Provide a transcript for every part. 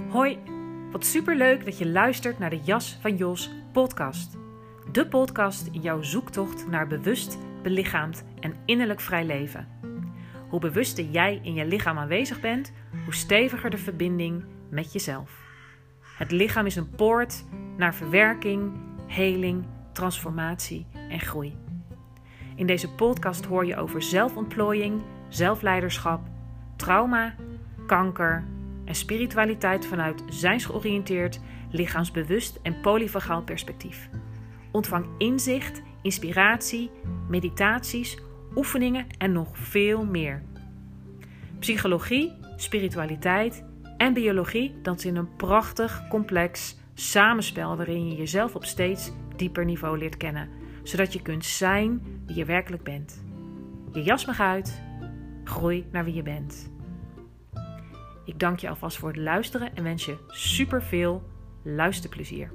Hoi, wat superleuk dat je luistert naar de Jas van Jos podcast. De podcast in jouw zoektocht naar bewust, belichaamd en innerlijk vrij leven. Hoe bewuster jij in je lichaam aanwezig bent, hoe steviger de verbinding met jezelf. Het lichaam is een poort naar verwerking, heling, transformatie en groei. In deze podcast hoor je over zelfontplooiing, zelfleiderschap, trauma, kanker en spiritualiteit vanuit zijnsgeoriënteerd, lichaamsbewust en polyvagaal perspectief. Ontvang inzicht, inspiratie, meditaties, oefeningen en nog veel meer. Psychologie, spiritualiteit en biologie dansen in een prachtig, complex samenspel waarin je jezelf op steeds dieper niveau leert kennen, zodat je kunt zijn wie je werkelijk bent. Je jas mag uit, groei naar wie je bent. Ik dank je alvast voor het luisteren en wens je superveel luisterplezier.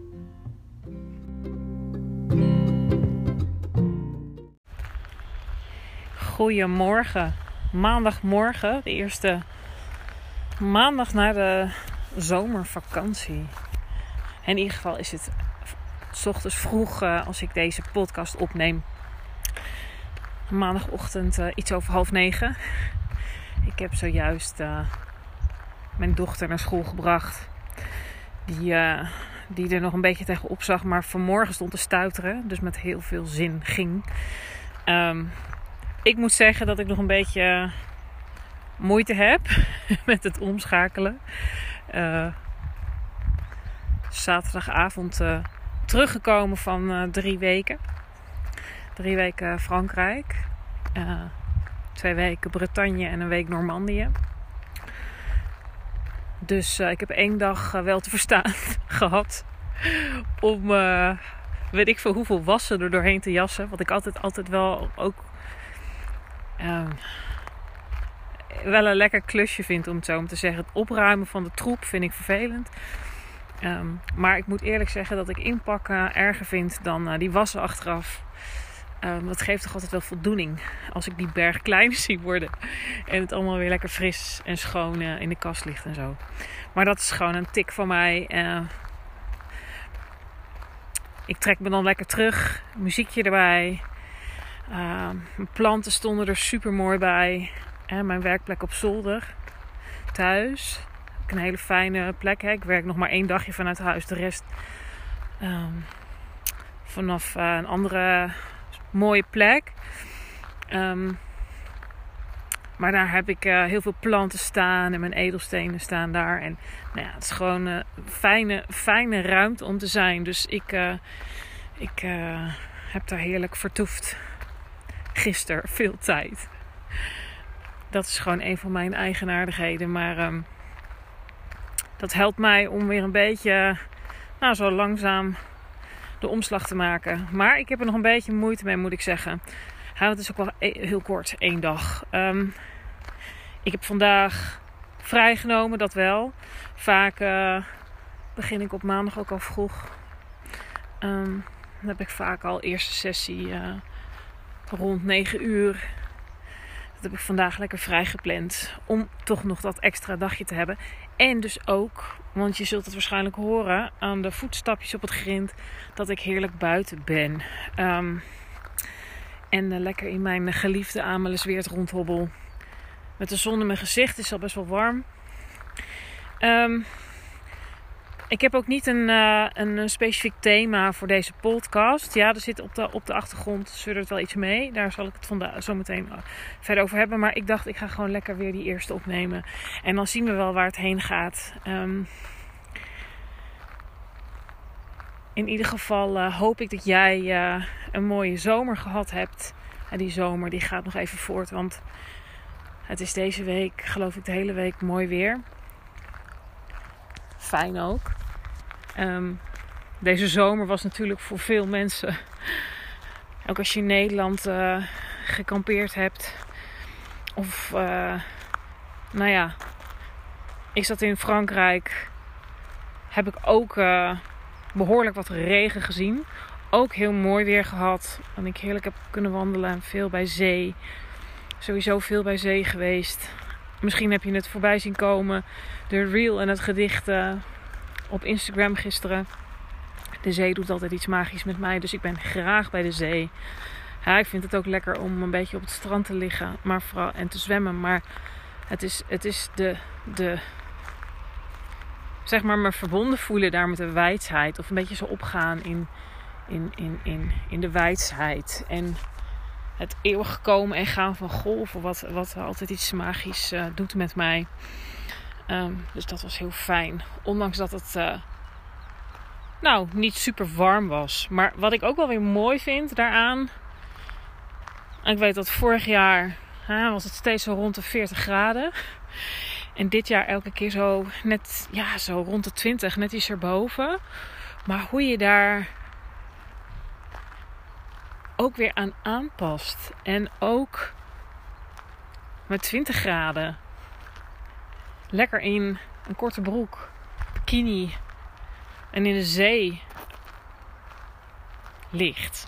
Goedemorgen, maandagmorgen, de eerste maandag na de zomervakantie. In ieder geval is het 's ochtends vroeg als ik deze podcast opneem. Maandagochtend iets over 8:30. Ik heb zojuist mijn dochter naar school gebracht. Die er nog een beetje tegenop zag, maar vanmorgen stond te stuiteren. Dus met heel veel zin ging. Ik moet zeggen dat ik nog een beetje moeite heb met het omschakelen. Zaterdagavond teruggekomen van 3 weken. 3 weken Frankrijk. 2 weken Bretagne en 1 week Normandië. Dus ik heb 1 dag wel te verstaan gehad om weet ik veel hoeveel wassen er doorheen te jassen. Wat ik altijd wel ook wel een lekker klusje vind, om het zo te zeggen. Het opruimen van de troep vind ik vervelend. Maar ik moet eerlijk zeggen dat ik inpakken erger vind dan die wassen achteraf. Dat geeft toch altijd wel voldoening als ik die berg klein zie worden. En het allemaal weer lekker fris en schoon in de kast ligt en zo. Maar dat is gewoon een tik van mij. Ik trek me dan lekker terug. Muziekje erbij. Mijn planten stonden er super mooi bij. Mijn werkplek op zolder. Thuis. Een hele fijne plek. Ik werk nog maar 1 dagje vanuit huis. De rest vanaf een andere mooie plek. Maar daar heb ik heel veel planten staan. En mijn edelstenen staan daar. En nou ja, het is gewoon een fijne ruimte om te zijn. Dus ik heb daar heerlijk vertoefd. Gisteren veel tijd. Dat is gewoon een van mijn eigenaardigheden. Maar dat helpt mij om weer een beetje zo langzaam de omslag te maken. Maar ik heb er nog een beetje moeite mee, moet ik zeggen. Het is ook wel heel kort, 1 dag. Ik heb vandaag vrijgenomen, dat wel. Vaak begin ik op maandag ook al vroeg. Dan heb ik vaak al eerste sessie rond 9 uur. Dat heb ik vandaag lekker vrij gepland. Om toch nog dat extra dagje te hebben. En dus ook, want je zult het waarschijnlijk horen aan de voetstapjes op het grind, dat ik heerlijk buiten ben. En lekker in mijn geliefde Amelisweert rondhobbel. Met de zon in mijn gezicht. Het is al best wel warm. Ik heb ook niet een specifiek thema voor deze podcast. Ja, er zit op de achtergrond zeurt wel iets mee. Daar zal ik het vandaag zo meteen verder over hebben. Maar ik dacht, ik ga gewoon lekker weer die eerste opnemen. En dan zien we wel waar het heen gaat. In ieder geval hoop ik dat jij een mooie zomer gehad hebt. En die zomer die gaat nog even voort. Want het is deze week, geloof ik, de hele week mooi weer. Fijn ook. Deze zomer was natuurlijk voor veel mensen, ook als je in Nederland gekampeerd hebt. Of, ik zat in Frankrijk. Heb ik ook behoorlijk wat regen gezien. Ook heel mooi weer gehad. En ik heerlijk heb kunnen wandelen. Veel bij zee. Sowieso veel bij zee geweest. Misschien heb je het voorbij zien komen. De reel en het gedicht op Instagram gisteren. De zee doet altijd iets magisch met mij. Dus ik ben graag bij de zee. Ja, ik vind het ook lekker om een beetje op het strand te liggen. Maar vooral, en te zwemmen. Maar het is de zeg maar me verbonden voelen daar met de wijsheid. Of een beetje zo opgaan in de wijsheid. En het eeuwig komen en gaan van golven. Wat altijd iets magisch doet met mij. Dus dat was heel fijn. Ondanks dat het niet super warm was. Maar wat ik ook wel weer mooi vind daaraan. En ik weet dat vorig jaar was het steeds zo rond de 40 graden. En dit jaar elke keer zo net zo rond de 20. Net iets erboven. Maar hoe je daar ook weer aan aanpast. En ook met 20 graden. Lekker in een korte broek. Bikini. En in de zee ligt.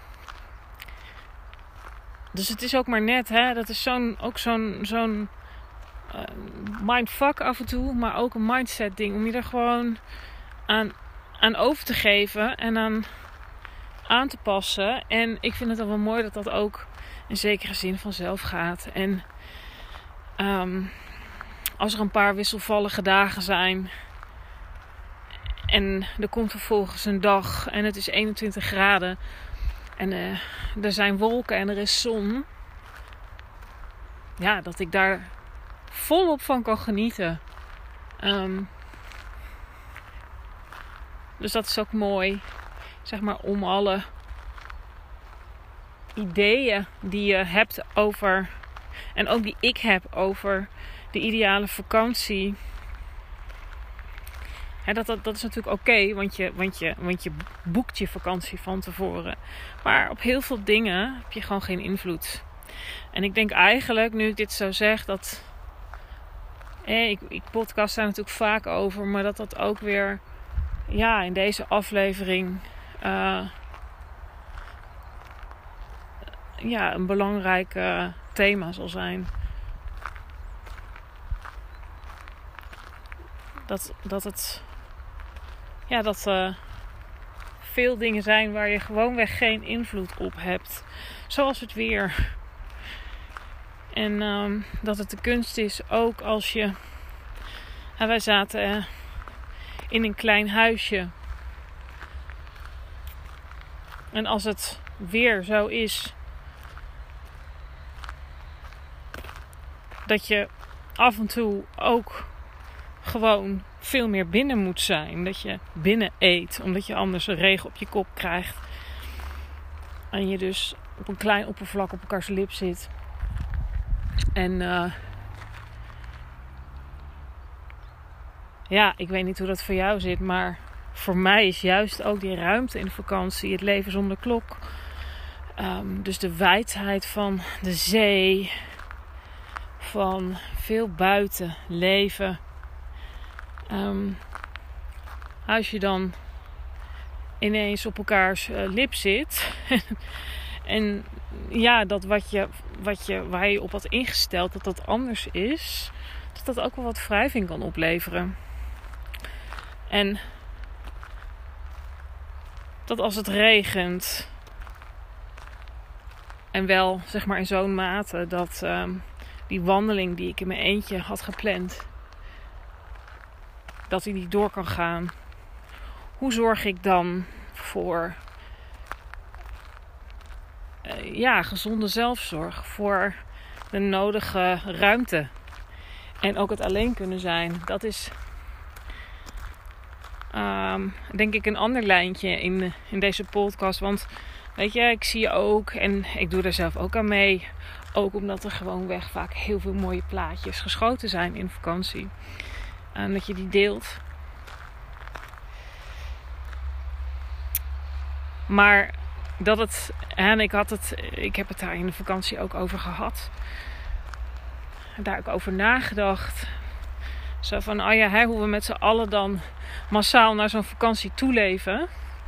Dus het is ook maar net. Dat is zo'n mindfuck af en toe. Maar ook een mindset ding. Om je er gewoon aan over te geven. En aan te passen. En ik vind het dan wel mooi dat dat ook in zekere zin vanzelf gaat. En als er een paar wisselvallige dagen zijn. En er komt vervolgens een dag. En het is 21 graden. En er zijn wolken en er is zon. Ja, dat ik daar volop van kan genieten. Dus dat is ook mooi. Zeg maar om alle ideeën die je hebt over. En ook die ik heb over de ideale vakantie. Dat is natuurlijk oké, want je boekt je vakantie van tevoren. Maar op heel veel dingen heb je gewoon geen invloed. En ik denk eigenlijk, nu ik dit zo zeg, dat ik podcast daar natuurlijk vaak over, maar dat ook weer in deze aflevering een belangrijk thema zal zijn. Dat veel dingen zijn waar je gewoonweg geen invloed op hebt. Zoals het weer. En dat het de kunst is ook als je. Wij zaten in een klein huisje. En als het weer zo is dat je af en toe ook gewoon veel meer binnen moet zijn. Dat je binnen eet. Omdat je anders een regen op je kop krijgt. En je dus op een klein oppervlak op elkaars lip zit. En ik weet niet hoe dat voor jou zit. Maar voor mij is juist ook die ruimte in de vakantie. Het leven zonder klok. Dus de wijdheid van de zee. Van veel buiten leven. Als je dan ineens op elkaars lip zit. En dat waar je op had ingesteld dat anders is. Dat ook wel wat wrijving kan opleveren. En dat als het regent. En wel zeg maar in zo'n mate dat die wandeling die ik in mijn eentje had gepland. Dat die niet door kan gaan. Hoe zorg ik dan voor gezonde zelfzorg? Voor de nodige ruimte. En ook het alleen kunnen zijn. Dat is denk ik een ander lijntje in deze podcast. Want weet je, ik zie je ook. En ik doe er zelf ook aan mee. Ook omdat er gewoonweg vaak heel veel mooie plaatjes geschoten zijn in vakantie. En dat je die deelt. Maar dat het. En ik heb het daar in de vakantie ook over gehad. Daar ook over nagedacht. Zo van, hoe we met z'n allen dan massaal naar zo'n vakantie toeleven.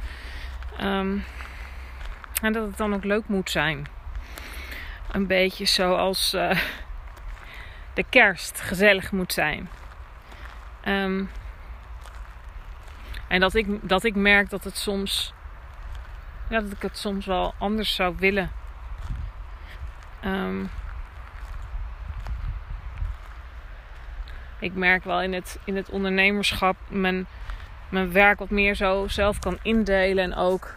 En dat het dan ook leuk moet zijn. Een beetje zoals de kerst gezellig moet zijn. En dat ik merk dat het soms... Ja, dat ik het soms wel anders zou willen. Ik merk wel in het ondernemerschap mijn werk wat meer zo zelf kan indelen. En ook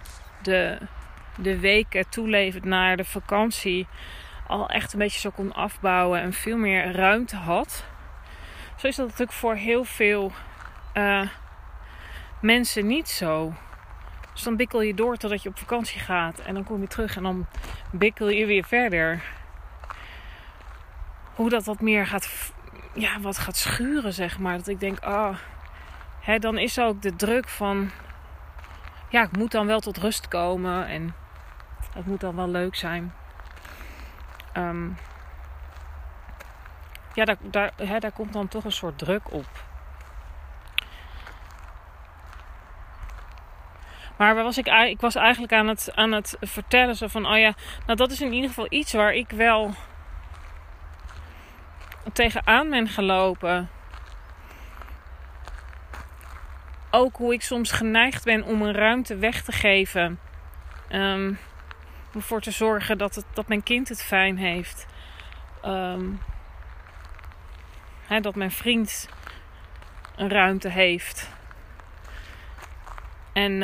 de weken toelevend naar de vakantie al echt een beetje zo kon afbouwen. En veel meer ruimte had. Zo is dat natuurlijk voor heel veel mensen niet zo. Dus dan bikkel je door totdat je op vakantie gaat. En dan kom je terug en dan bikkel je weer verder. Hoe dat wat meer gaat schuren, zeg maar. Dat ik denk, dan is ook de druk van... Ja, ik moet dan wel tot rust komen. En het moet dan wel leuk zijn. Daar komt dan toch een soort druk op. Maar ik was eigenlijk aan het vertellen zo van... dat is in ieder geval iets waar ik wel tegenaan ben gelopen. Ook hoe ik soms geneigd ben om een ruimte weg te geven. Om ervoor te zorgen dat mijn kind het fijn heeft. Dat mijn vriend een ruimte heeft. En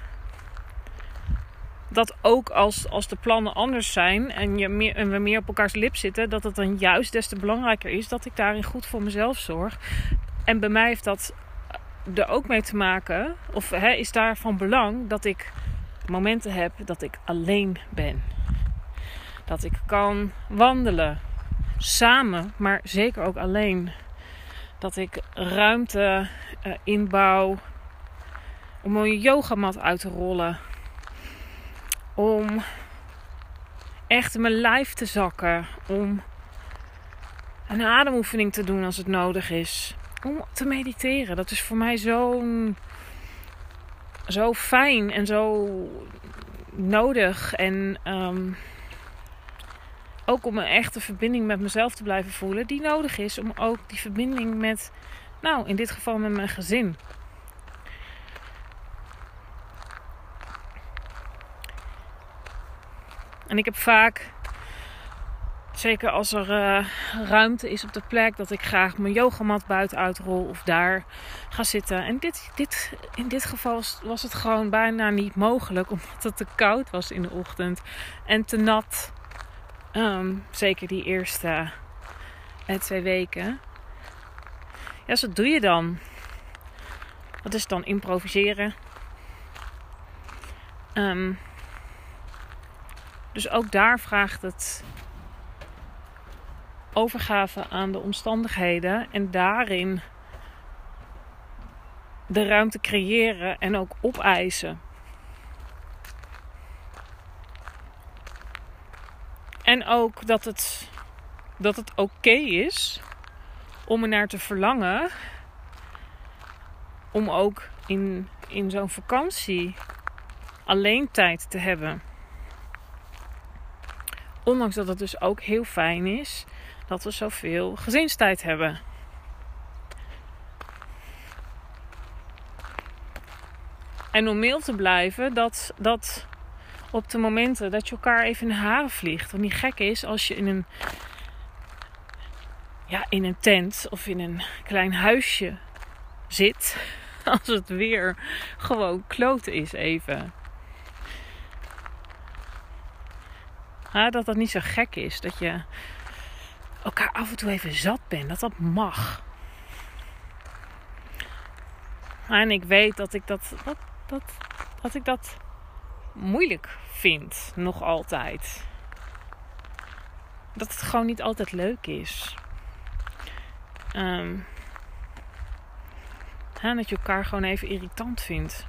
dat ook als de plannen anders zijn en we meer op elkaars lip zitten, dat het dan juist des te belangrijker is dat ik daarin goed voor mezelf zorg. En bij mij heeft dat er ook mee te maken, of is daar van belang dat ik momenten heb dat ik alleen ben. Dat ik kan wandelen, samen, maar zeker ook alleen. Dat ik ruimte inbouw om een yogamat uit te rollen. Om echt in mijn lijf te zakken. Om een ademoefening te doen als het nodig is. Om te mediteren. Dat is voor mij zo fijn en zo nodig. En ook om een echte verbinding met mezelf te blijven voelen. Die nodig is om ook die verbinding met, in dit geval met mijn gezin. En ik heb vaak, zeker als er ruimte is op de plek, dat ik graag mijn yogamat buiten uitrol of daar ga zitten. En in dit geval was het gewoon bijna niet mogelijk, omdat het te koud was in de ochtend en te nat. Zeker die eerste 2 weken. Ja, dus wat doe je dan? Dat is dan improviseren. Dus ook daar vraagt het overgave aan de omstandigheden. En daarin de ruimte creëren en ook opeisen. En ook dat het oké is om er naar te verlangen. Om ook in zo'n vakantie alleen tijd te hebben. Ondanks dat het dus ook heel fijn is dat we zoveel gezinstijd hebben. En om mild te blijven, dat op de momenten dat je elkaar even in de haren vliegt. Want niet gek is als je in een tent of in een klein huisje zit. Als het weer gewoon kloten is even. Dat niet zo gek is. Dat je elkaar af en toe even zat bent. Dat mag. En ik weet dat ik dat moeilijk vind. Nog altijd. Dat het gewoon niet altijd leuk is. Dat je elkaar gewoon even irritant vindt.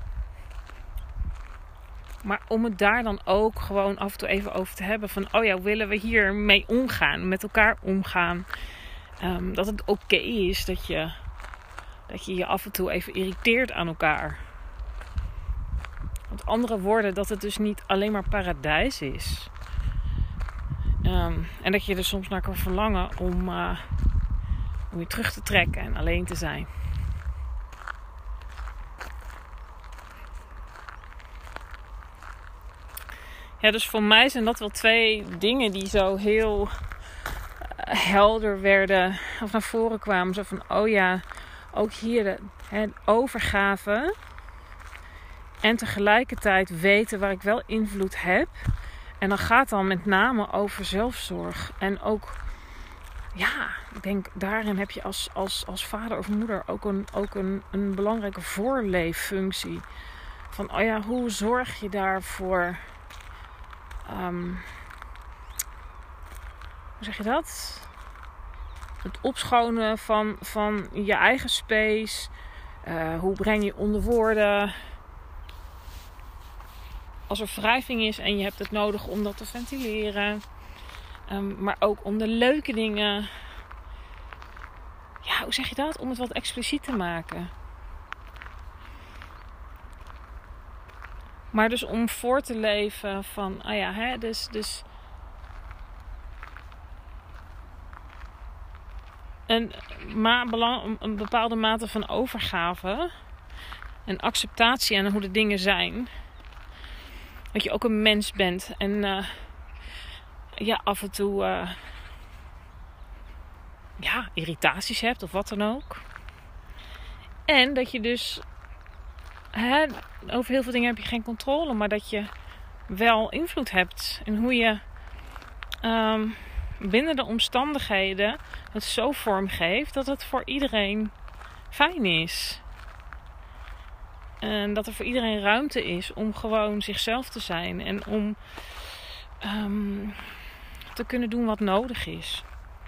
Maar om het daar dan ook gewoon af en toe even over te hebben. Van, willen we hier mee omgaan? Met elkaar omgaan. Dat het oké is dat je je af en toe even irriteert aan elkaar. Met andere woorden, dat het dus niet alleen maar paradijs is. En dat je er soms naar kan verlangen om je terug te trekken en alleen te zijn. Ja, dus voor mij zijn dat wel 2 dingen die zo heel helder werden of naar voren kwamen. Zo van, oh ja, ook hier de overgave en tegelijkertijd weten waar ik wel invloed heb. En dan gaat dan met name over zelfzorg. En ook, ja, ik denk daarin heb je als vader of moeder ook een belangrijke voorleeffunctie. Van, oh ja, hoe zorg je daarvoor? Hoe zeg je dat? Het opschonen van je eigen space. Hoe breng je onder woorden? Als er wrijving is en je hebt het nodig om dat te ventileren. Maar ook om de leuke dingen. Ja, hoe zeg je dat? Om het wat expliciet te maken. Maar dus om voor te leven van, dus een bepaalde mate van overgave en acceptatie aan hoe de dingen zijn. Dat je ook een mens bent en af en toe irritaties hebt of wat dan ook. En dat je dus over heel veel dingen heb je geen controle, maar dat je wel invloed hebt in hoe je binnen de omstandigheden het zo vormgeeft dat het voor iedereen fijn is. En dat er voor iedereen ruimte is om gewoon zichzelf te zijn en om te kunnen doen wat nodig is.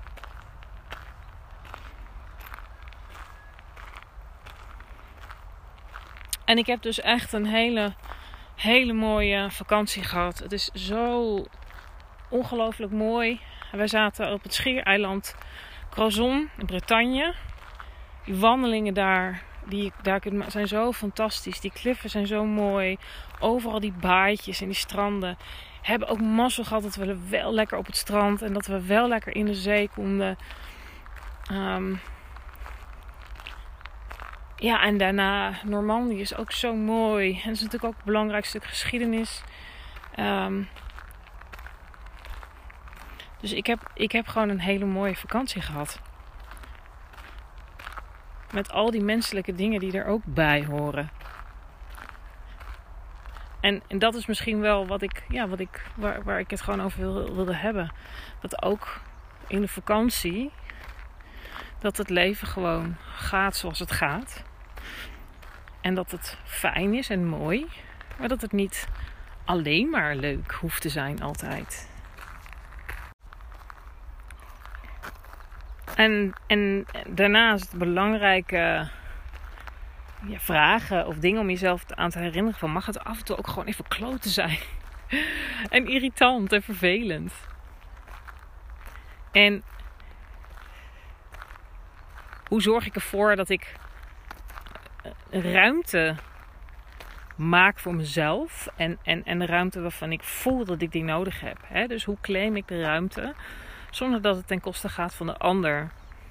En ik heb dus echt een hele mooie vakantie gehad. Het is zo ongelooflijk mooi. Wij zaten op het schiereiland Crozon in Bretagne. Die wandelingen daar zijn zo fantastisch. Die kliffen zijn zo mooi. Overal die baaitjes en die stranden. We hebben ook mazzel gehad dat we wel lekker op het strand en dat we wel lekker in de zee konden. Ja, en daarna Normandië is ook zo mooi. En dat is natuurlijk ook een belangrijk stuk geschiedenis. Dus ik heb gewoon een hele mooie vakantie gehad. Met al die menselijke dingen die er ook bij horen. En dat is misschien wel waar ik het gewoon over wilde hebben. Dat ook in de vakantie, dat het leven gewoon gaat zoals het gaat. En dat het fijn is en mooi. Maar dat het niet alleen maar leuk hoeft te zijn altijd. En daarnaast belangrijke vragen of dingen om jezelf aan te herinneren van, mag het af en toe ook gewoon even kloten zijn. En irritant en vervelend. En hoe zorg ik ervoor dat ik ruimte maak voor mezelf. En ruimte waarvan ik voel dat ik die nodig heb. Hè? Dus hoe claim ik de ruimte zonder dat het ten koste gaat van de ander.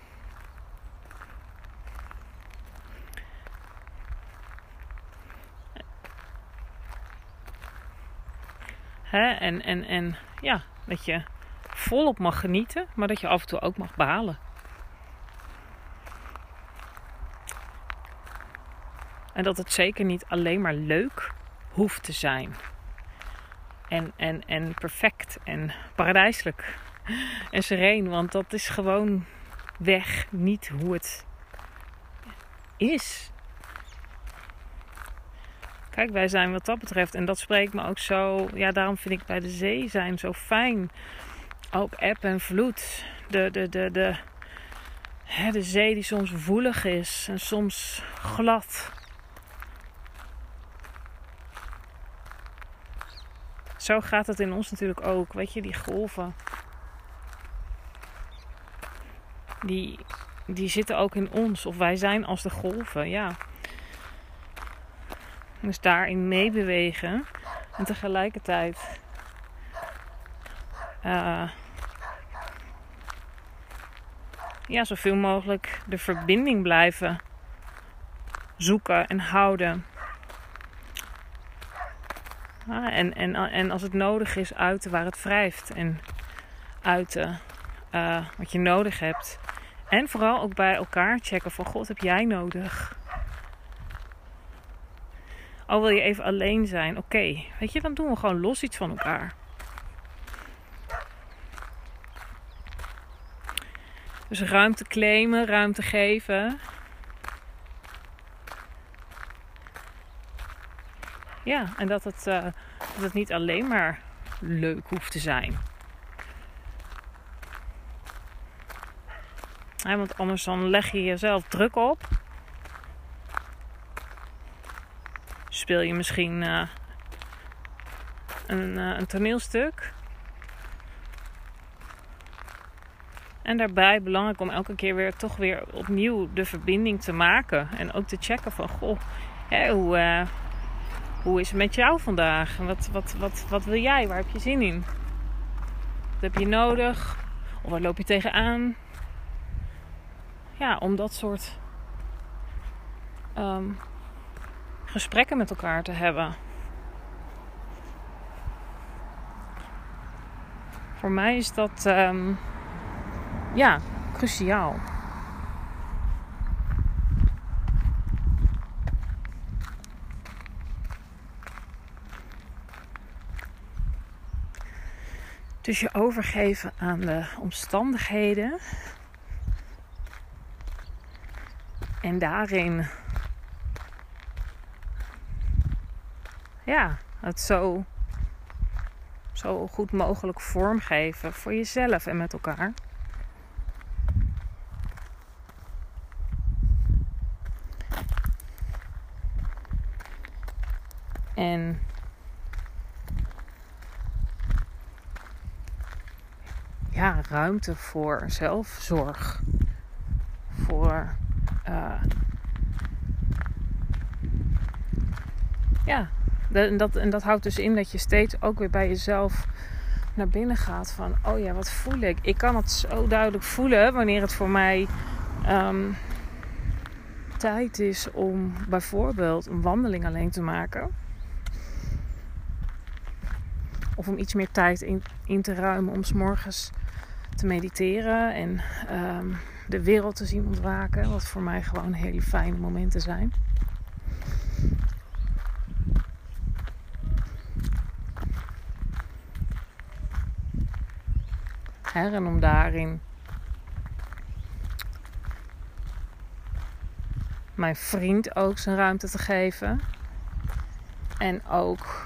En dat je volop mag genieten, maar dat je af en toe ook mag balen. En dat het zeker niet alleen maar leuk hoeft te zijn. En perfect en paradijselijk en sereen. Want dat is gewoon niet hoe het is. Kijk, wij zijn wat dat betreft, en dat spreekt me ook zo. Ja, daarom vind ik bij de zee zijn zo fijn. Ook eb en vloed. De zee die soms woelig is en soms glad. Zo gaat het in ons natuurlijk ook. Weet je, die golven. Die zitten ook in ons. Of wij zijn als de golven, ja. Dus daarin meebewegen. En tegelijkertijd zoveel mogelijk de verbinding blijven zoeken en houden. En als het nodig is, uiten waar het wrijft. En uiten wat je nodig hebt. En vooral ook bij elkaar checken van, God, heb jij nodig? Oh, wil je even alleen zijn? Oké, weet je, dan doen we gewoon los iets van elkaar. Dus ruimte claimen, ruimte geven. Ja, en dat het niet alleen maar leuk hoeft te zijn. Ja, want anders dan leg je jezelf druk op. Speel je misschien een toneelstuk. En daarbij belangrijk om elke keer weer toch weer opnieuw de verbinding te maken. En ook te checken van, goh, hoe is het met jou vandaag? En wat wil jij? Waar heb je zin in? Wat heb je nodig? Of waar loop je tegenaan? Ja, om dat soort gesprekken met elkaar te hebben. Voor mij is dat cruciaal. Dus je overgeven aan de omstandigheden. En daarin het zo goed mogelijk vormgeven voor jezelf en met elkaar. En ruimte voor zelfzorg. Voor En dat houdt dus in dat je steeds ook weer bij jezelf naar binnen gaat van, oh ja, wat voel ik? Ik kan het zo duidelijk voelen wanneer het voor mij tijd is om bijvoorbeeld een wandeling alleen te maken. Of om iets meer tijd in te ruimen om 's morgens te mediteren en de wereld te zien ontwaken. Wat voor mij gewoon hele fijne momenten zijn. En om daarin mijn vriend ook zijn ruimte te geven. En ook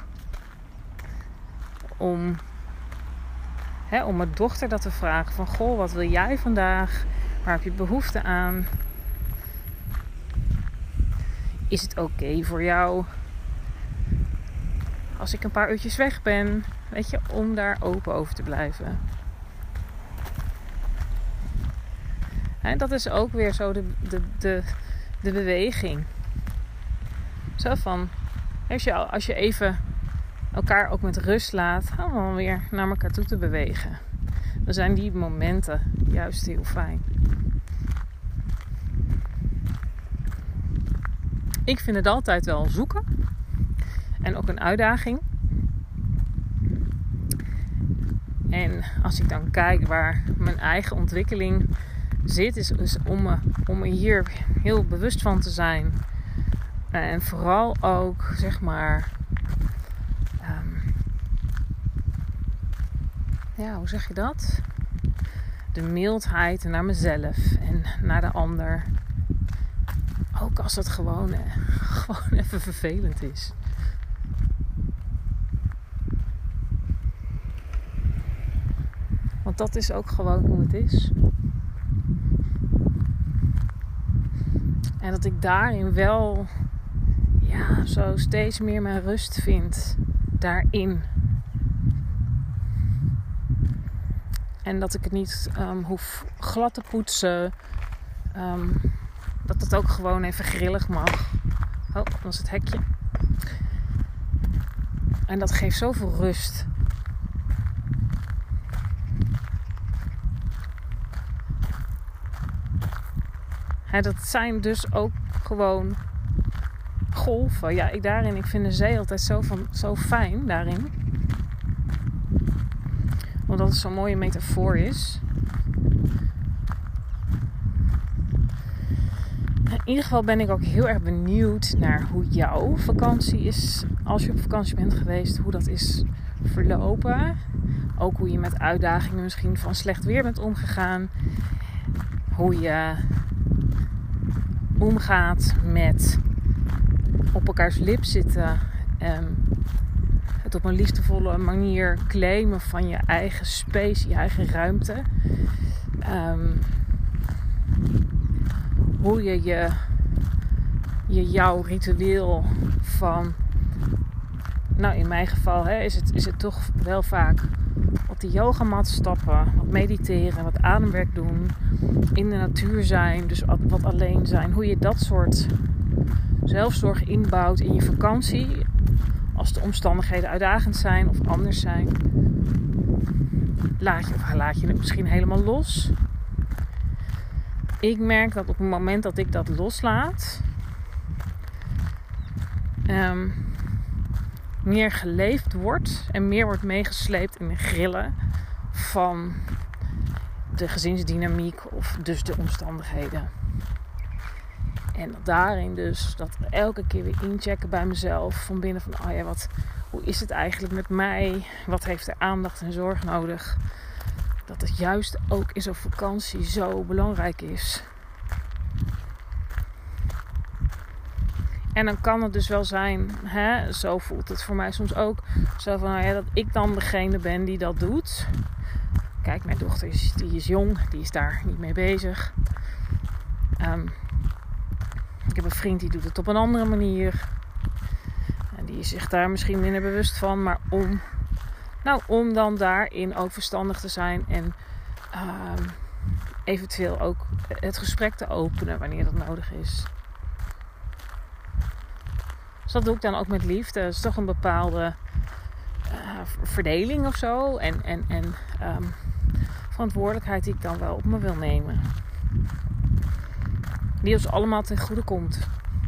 om mijn dochter dat te vragen van, goh, wat wil jij vandaag? Waar heb je behoefte aan? Is het oké voor jou als ik een paar uurtjes weg ben? Weet je, om daar open over te blijven. En dat is ook weer zo de beweging. Zo van, als je even elkaar ook met rust laat, dan weer naar elkaar toe te bewegen. Dan zijn die momenten juist heel fijn. Ik vind het altijd wel zoeken. En ook een uitdaging. En als ik dan kijk waar mijn eigen ontwikkeling zit, is om me hier heel bewust van te zijn. En vooral ook, zeg maar, hoe zeg je dat? De mildheid naar mezelf en naar de ander. Ook als het gewoon even vervelend is. Want dat is ook gewoon hoe het is. En dat ik daarin wel zo steeds meer mijn rust vind daarin. En dat ik het niet hoef glad te poetsen. Dat het ook gewoon even grillig mag. Oh, dat was het hekje. En dat geeft zoveel rust. Dat zijn dus ook gewoon golven. Ja, ik vind de zee altijd zo fijn daarin. Omdat het zo'n mooie metafoor is. In ieder geval ben ik ook heel erg benieuwd naar hoe jouw vakantie is. Als je op vakantie bent geweest, hoe dat is verlopen. Ook hoe je met uitdagingen misschien van slecht weer bent omgegaan. Hoe je omgaat met op elkaars lip zitten. Het op een liefdevolle manier claimen van je eigen space, je eigen ruimte. Hoe je jouw ritueel van... Nou, in mijn geval is het toch wel vaak op die yogamat stappen, wat mediteren, wat ademwerk doen, in de natuur zijn, dus wat alleen zijn. Hoe je dat soort zelfzorg inbouwt in je vakantie, als de omstandigheden uitdagend zijn of anders zijn. Laat je het misschien helemaal los. Ik merk dat op het moment dat ik dat loslaat, meer geleefd wordt en meer wordt meegesleept in de grillen van de gezinsdynamiek of dus de omstandigheden. En daarin dus dat elke keer weer inchecken bij mezelf van binnen van hoe is het eigenlijk met mij? Wat heeft er aandacht en zorg nodig? Dat het juist ook in zo'n vakantie zo belangrijk is. En dan kan het dus wel zijn, zo voelt het voor mij soms ook, zo van dat ik dan degene ben die dat doet. Kijk, mijn dochter die is jong, die is daar niet mee bezig. Ik heb een vriend die doet het op een andere manier. En die is zich daar misschien minder bewust van, maar om dan daarin ook verstandig te zijn en eventueel ook het gesprek te openen wanneer dat nodig is. Dus dat doe ik dan ook met liefde. Het is toch een bepaalde verdeling of zo. En verantwoordelijkheid die ik dan wel op me wil nemen. Die ons allemaal ten goede komt.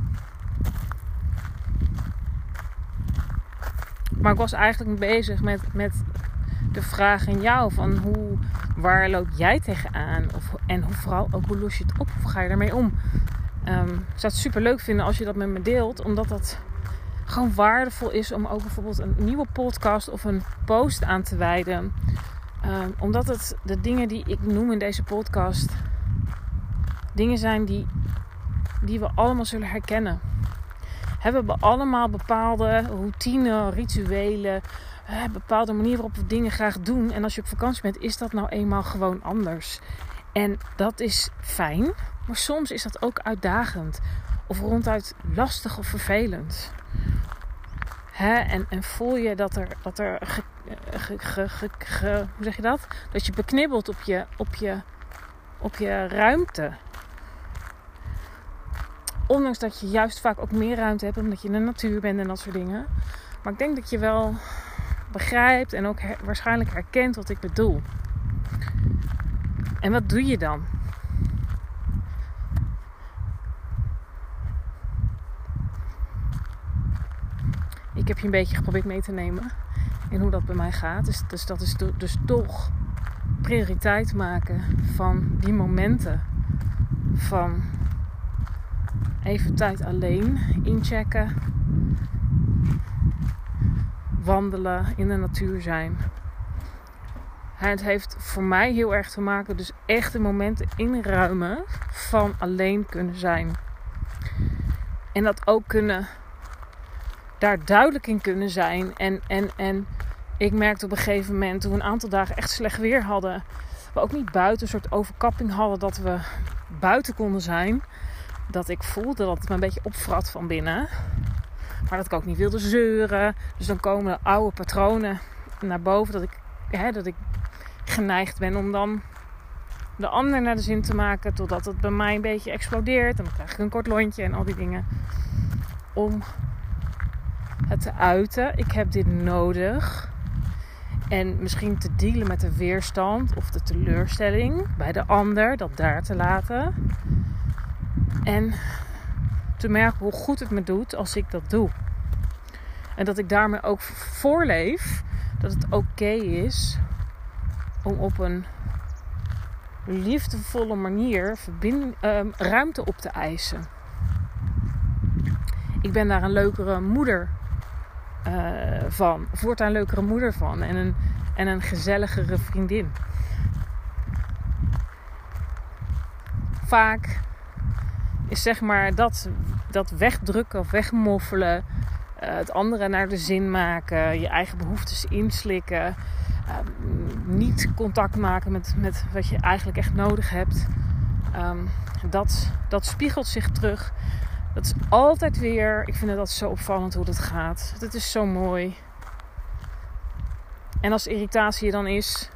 Maar ik was eigenlijk bezig met de vraag aan jou van waar loop jij tegenaan? En vooral ook hoe los je het op? Hoe ga je daarmee om? Ik zou het super leuk vinden als je dat met me deelt. Omdat dat gewoon waardevol is om ook bijvoorbeeld een nieuwe podcast of een post aan te wijden. Omdat het de dingen die ik noem in deze podcast dingen zijn die we allemaal zullen herkennen. We hebben allemaal bepaalde routine, rituelen, bepaalde manieren waarop we dingen graag doen. En als je op vakantie bent, is dat nou eenmaal gewoon anders. En dat is fijn, maar soms is dat ook uitdagend. Of ronduit lastig of vervelend. En voel je dat er hoe zeg je dat? Dat je beknibbelt op je ruimte. Ondanks dat je juist vaak ook meer ruimte hebt, omdat je in de natuur bent en dat soort dingen. Maar ik denk dat je wel begrijpt en ook waarschijnlijk herkent wat ik bedoel. En wat doe je dan? Ik heb je een beetje geprobeerd mee te nemen in hoe dat bij mij gaat. Dus dat is dus toch prioriteit maken van die momenten van even tijd alleen, inchecken, wandelen, in de natuur zijn. Het heeft voor mij heel erg te maken, dus echt de momenten inruimen van alleen kunnen zijn. En dat ook daar duidelijk in kunnen zijn. En ik merkte op een gegeven moment, toen we een aantal dagen echt slecht weer hadden, we ook niet buiten een soort overkapping hadden dat we buiten konden zijn, dat ik voelde dat het me een beetje opvrat van binnen. Maar dat ik ook niet wilde zeuren. Dus dan komen de oude patronen naar boven. Dat ik geneigd ben om dan de ander naar de zin te maken. Totdat het bij mij een beetje explodeert. En dan krijg ik een kort lontje en al die dingen. Om het te uiten. Ik heb dit nodig. En misschien te dealen met de weerstand of de teleurstelling bij de ander. Dat daar te laten. En te merken hoe goed het me doet als ik dat doe. En dat ik daarmee ook voorleef dat het oké is om op een liefdevolle manier ruimte op te eisen. Ik ben daar een leukere moeder van. Voortaan een leukere moeder van. En een gezelligere vriendin. Vaak is zeg maar dat wegdrukken of wegmoffelen. Het andere naar de zin maken. Je eigen behoeftes inslikken. Niet contact maken met wat je eigenlijk echt nodig hebt. Dat spiegelt zich terug. Dat is altijd weer... Ik vind het altijd zo opvallend hoe dat gaat. Het is zo mooi. En als irritatie er dan is...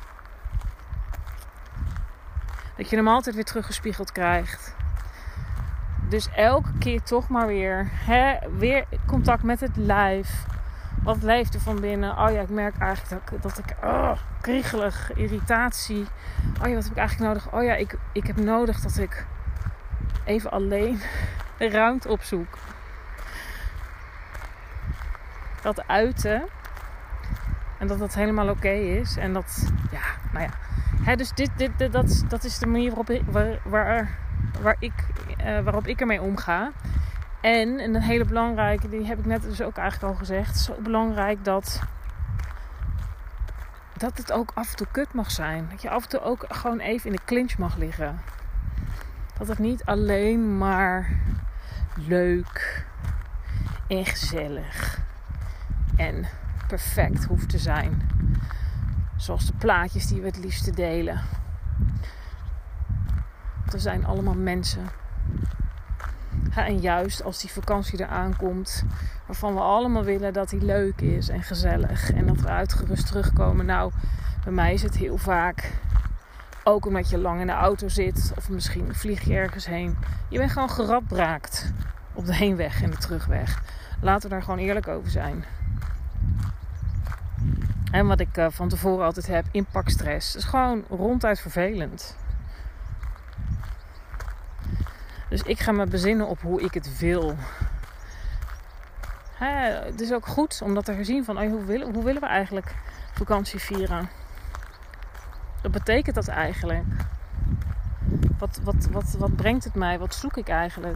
dat je hem altijd weer teruggespiegeld krijgt. Dus elke keer toch maar weer... weer contact met het lijf. Wat leeft er van binnen? Oh ja, ik merk eigenlijk dat ik... kriegelig, irritatie. Oh ja, wat heb ik eigenlijk nodig? Oh ja, ik heb nodig dat ik even alleen ruimte opzoek. Dat uiten. En dat dat helemaal oké is. En dat, ja, nou ja. Dus dat is de manier waarop ik ermee omga. En een hele belangrijke, die heb ik net dus ook eigenlijk al gezegd. Zo belangrijk dat het ook af en toe kut mag zijn. Dat je af en toe ook gewoon even in de clinch mag liggen. Dat het niet alleen maar leuk en gezellig en perfect hoeft te zijn. Zoals de plaatjes die we het liefste delen. We zijn allemaal mensen. En juist als die vakantie eraan komt, waarvan we allemaal willen dat die leuk is en gezellig. En dat we uitgerust terugkomen. Nou, bij mij is het heel vaak, ook omdat je lang in de auto zit. Of misschien vlieg je ergens heen. Je bent gewoon geradbraakt op de heenweg en de terugweg. Laten we daar gewoon eerlijk over zijn. En wat ik van tevoren altijd heb, impactstress. Dat is gewoon ronduit vervelend. Dus ik ga me bezinnen op hoe ik het wil. Het is ook goed om dat te herzien van hoe willen we eigenlijk vakantie vieren? Wat betekent dat eigenlijk? Wat brengt het mij? Wat zoek ik eigenlijk?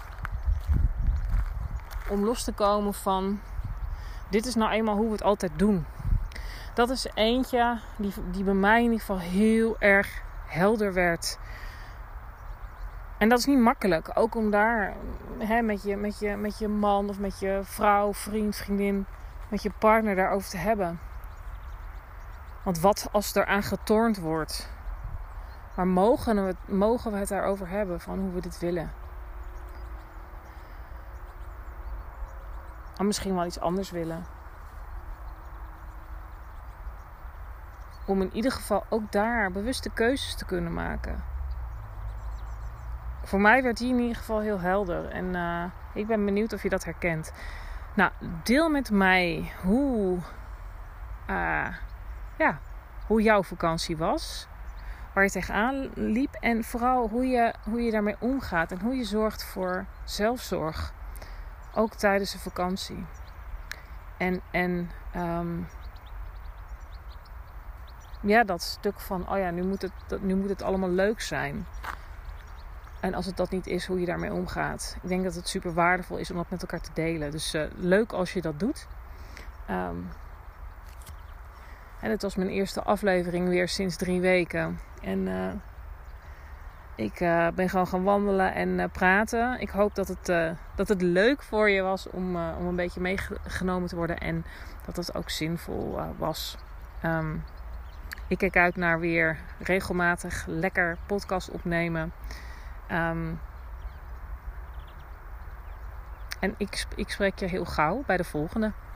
Om los te komen van... dit is nou eenmaal hoe we het altijd doen. Dat is eentje die bij mij in ieder geval heel erg helder werd. En dat is niet makkelijk. Ook om daar met je man of met je vrouw, vriend, vriendin, met je partner daarover te hebben. Want wat als er aan getornd wordt? Maar mogen we het daarover hebben van hoe we dit willen? Of misschien wel iets anders willen. Om in ieder geval ook daar bewuste keuzes te kunnen maken. Voor mij werd die in ieder geval heel helder. En ik ben benieuwd of je dat herkent. Nou, deel met mij hoe jouw vakantie was. Waar je tegenaan liep. En vooral hoe je daarmee omgaat. En hoe je zorgt voor zelfzorg. Ook tijdens de vakantie. Dat stuk van... nu moet het allemaal leuk zijn. En als het dat niet is, hoe je daarmee omgaat. Ik denk dat het super waardevol is om dat met elkaar te delen. Dus leuk als je dat doet. En het was mijn eerste aflevering weer sinds 3 weken. En ik ben gewoon gaan wandelen en praten. Ik hoop dat het leuk voor je was om een beetje meegenomen te worden. En dat het ook zinvol was. Ik kijk uit naar weer regelmatig lekker podcast opnemen. En ik spreek je heel gauw bij de volgende.